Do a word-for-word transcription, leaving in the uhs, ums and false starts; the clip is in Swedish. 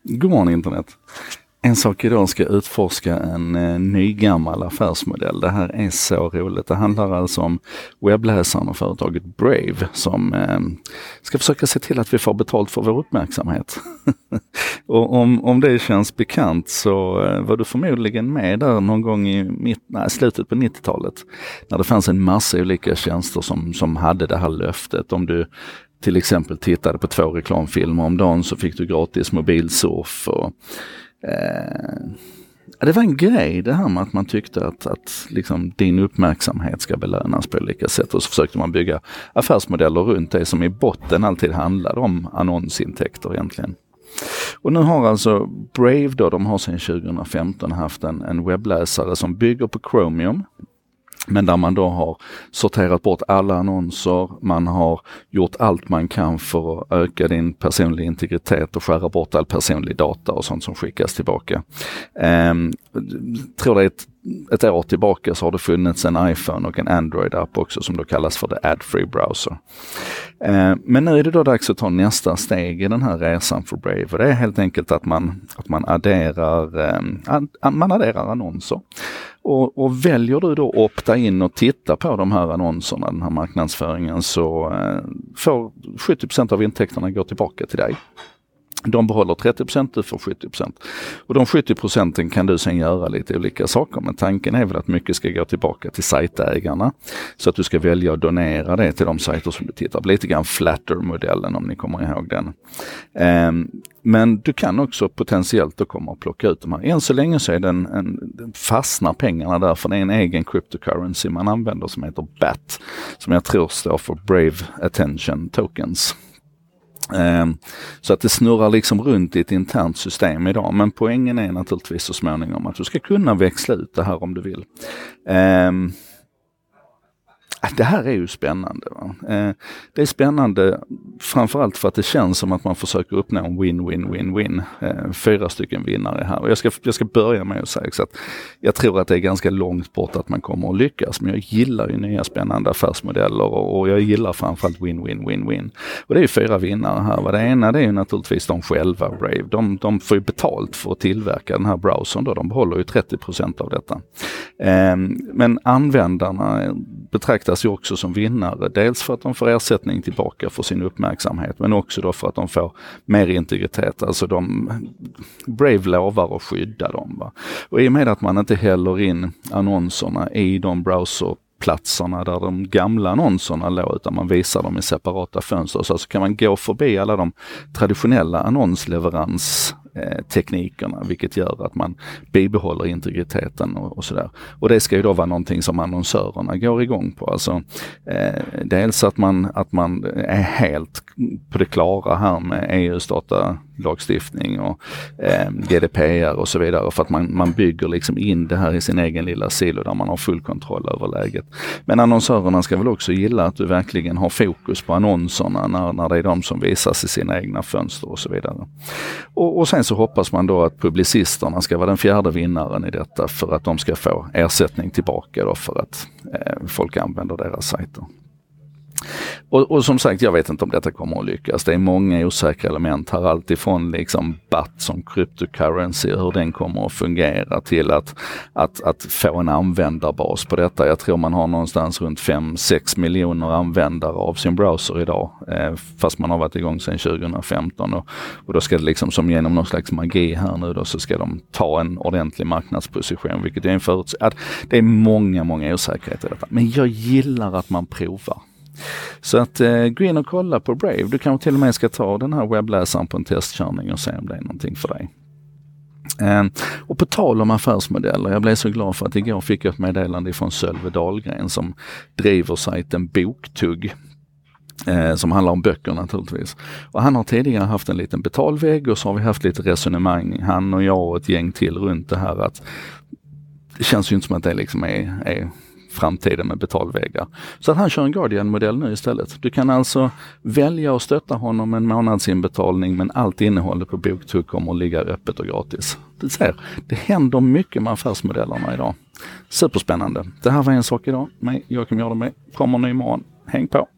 God morgon internet. En sak idag ska utforska en eh, nygammal affärsmodell. Det här är så roligt. Det handlar alltså om webbläsaren och företaget Brave som eh, ska försöka se till att vi får betalt för vår uppmärksamhet. Och om, om det känns bekant så eh, var du förmodligen med där någon gång i mitt, nej, slutet på nittiotalet när det fanns en massa olika tjänster som, som hade det här löftet. Om du till exempel tittade på två reklamfilmer om dagen så fick du gratis mobilsurf och Eh, det var en grej det här med att man tyckte att, att liksom din uppmärksamhet ska belönas på olika sätt, och så försökte man bygga affärsmodeller runt det som i botten alltid handlade om annonsintäkter egentligen. Och nu har alltså Brave då, de har sedan tjugo femton haft en, en webbläsare som bygger på Chromium. Men där man då har sorterat bort alla annonser, man har gjort allt man kan för att öka din personliga integritet och skära bort all personlig data och sånt som skickas tillbaka. Ehm, tror det är ett, ett år tillbaka så har det funnits en iPhone och en Android-app också som då kallas för the ad-free browser. Ehm, men nu är det då dags att ta nästa steg i den här resan för Brave. Och det är helt enkelt att man, att man adderar, eh, man adderar annonser. Och, och väljer du då opta in och titta på de här annonserna, den här marknadsföringen, så eh, får sjuttio procent av intäkterna gå tillbaka till dig. De behåller trettio procent, du får sjuttio procent. Och de sjuttio procenten kan du sen göra lite olika saker. Men tanken är väl att mycket ska gå tillbaka till sajtägarna. Så att du ska välja att donera det till de sajter som du tittar på. Lite grann Flatter-modellen om ni kommer ihåg den. Um, men du kan också potentiellt då komma och plocka ut de här. Än så länge så är den, en, den fastnar pengarna där, för det är en egen cryptocurrency man använder som heter B A T. Som jag tror står för Brave Attention Tokens. Um, så att det snurrar liksom runt i ett internt system idag. Men poängen är naturligtvis så småningom att du ska kunna växla ut det här om du vill. Um, Det här är ju spännande. Va? Eh, det är spännande framförallt för att det känns som att man försöker uppnå en win-win-win-win. Eh, fyra stycken vinnare här. Och jag ska, jag ska börja med att säga så att jag tror att det är ganska långt bort att man kommer att lyckas. Men jag gillar ju nya spännande affärsmodeller och, och jag gillar framförallt win-win-win-win. Och det är ju fyra vinnare här. Va? Det ena det är ju naturligtvis de själva, Brave. De, de får ju betalt för att tillverka den här browsern. Då. De behåller ju trettio procent av detta. Eh, men användarna betraktas ju också som vinnare. Dels för att de får ersättning tillbaka för sin uppmärksamhet, men också då för att de får mer integritet. Alltså de, Brave lovar att skydda dem. Va? Och i och med att man inte häller in annonserna i de browserplatserna där de gamla annonserna låg, utan man visar dem i separata fönster, så alltså kan man gå förbi alla de traditionella annonsleverans teknikerna, vilket gör att man bibehåller integriteten och, och sådär. Och det ska ju då vara någonting som annonsörerna går igång på. Alltså, eh, dels att man, att man är helt på det klara här med E U:s datalagstiftning och eh, G D P R och så vidare, för att man, man bygger liksom in det här i sin egen lilla silo där man har full kontroll över läget. Men annonsörerna ska väl också gilla att du verkligen har fokus på annonserna när, när det är de som visas i sina egna fönster och så vidare. Och, och sen så hoppas man då att publicisterna ska vara den fjärde vinnaren i detta, för att de ska få ersättning tillbaka då för att eh, folk använder deras sajter. Och, och som sagt, jag vet inte om detta kommer att lyckas. Det är många osäkra element här, allt ifrån liksom B A T som cryptocurrency, hur den kommer att fungera, till att, att, att få en användarbas på detta. Jag tror man har någonstans runt fem sex miljoner användare av sin browser idag, eh, fast man har varit igång sedan tjugo femton, och, och då ska det liksom som genom någon slags magi här nu då, så ska de ta en ordentlig marknadsposition, vilket är en förutsättning. Det är många, många osäkerheter i detta. Men jag gillar att man provar. Så att eh, gå in och kolla på Brave. Du kanske till och med ska ta den här webbläsaren på en testkörning och se om det är någonting för dig. Eh, och på tal om affärsmodeller, jag blev så glad för att igår fick jag ett meddelande från Sölve Dahlgren som driver sajten Boktugg. Eh, som handlar om böcker naturligtvis. Och han har tidigare haft en liten betalvägg, och så har vi haft lite resonemang, han och jag och ett gäng till, runt det här att det känns ju inte som att det liksom är, är framtiden med betalväggar. Så att han kör en Guardian-modell nu istället. Du kan alltså välja att stötta honom en månadsinbetalning, men allt innehållet på Boktugg kommer att ligga öppet och gratis. Du ser, det händer mycket med affärsmodellerna idag. Superspännande. Det här var en sak idag. Mig, Joakim Jardenberg, kommer ny imorgon. Häng på!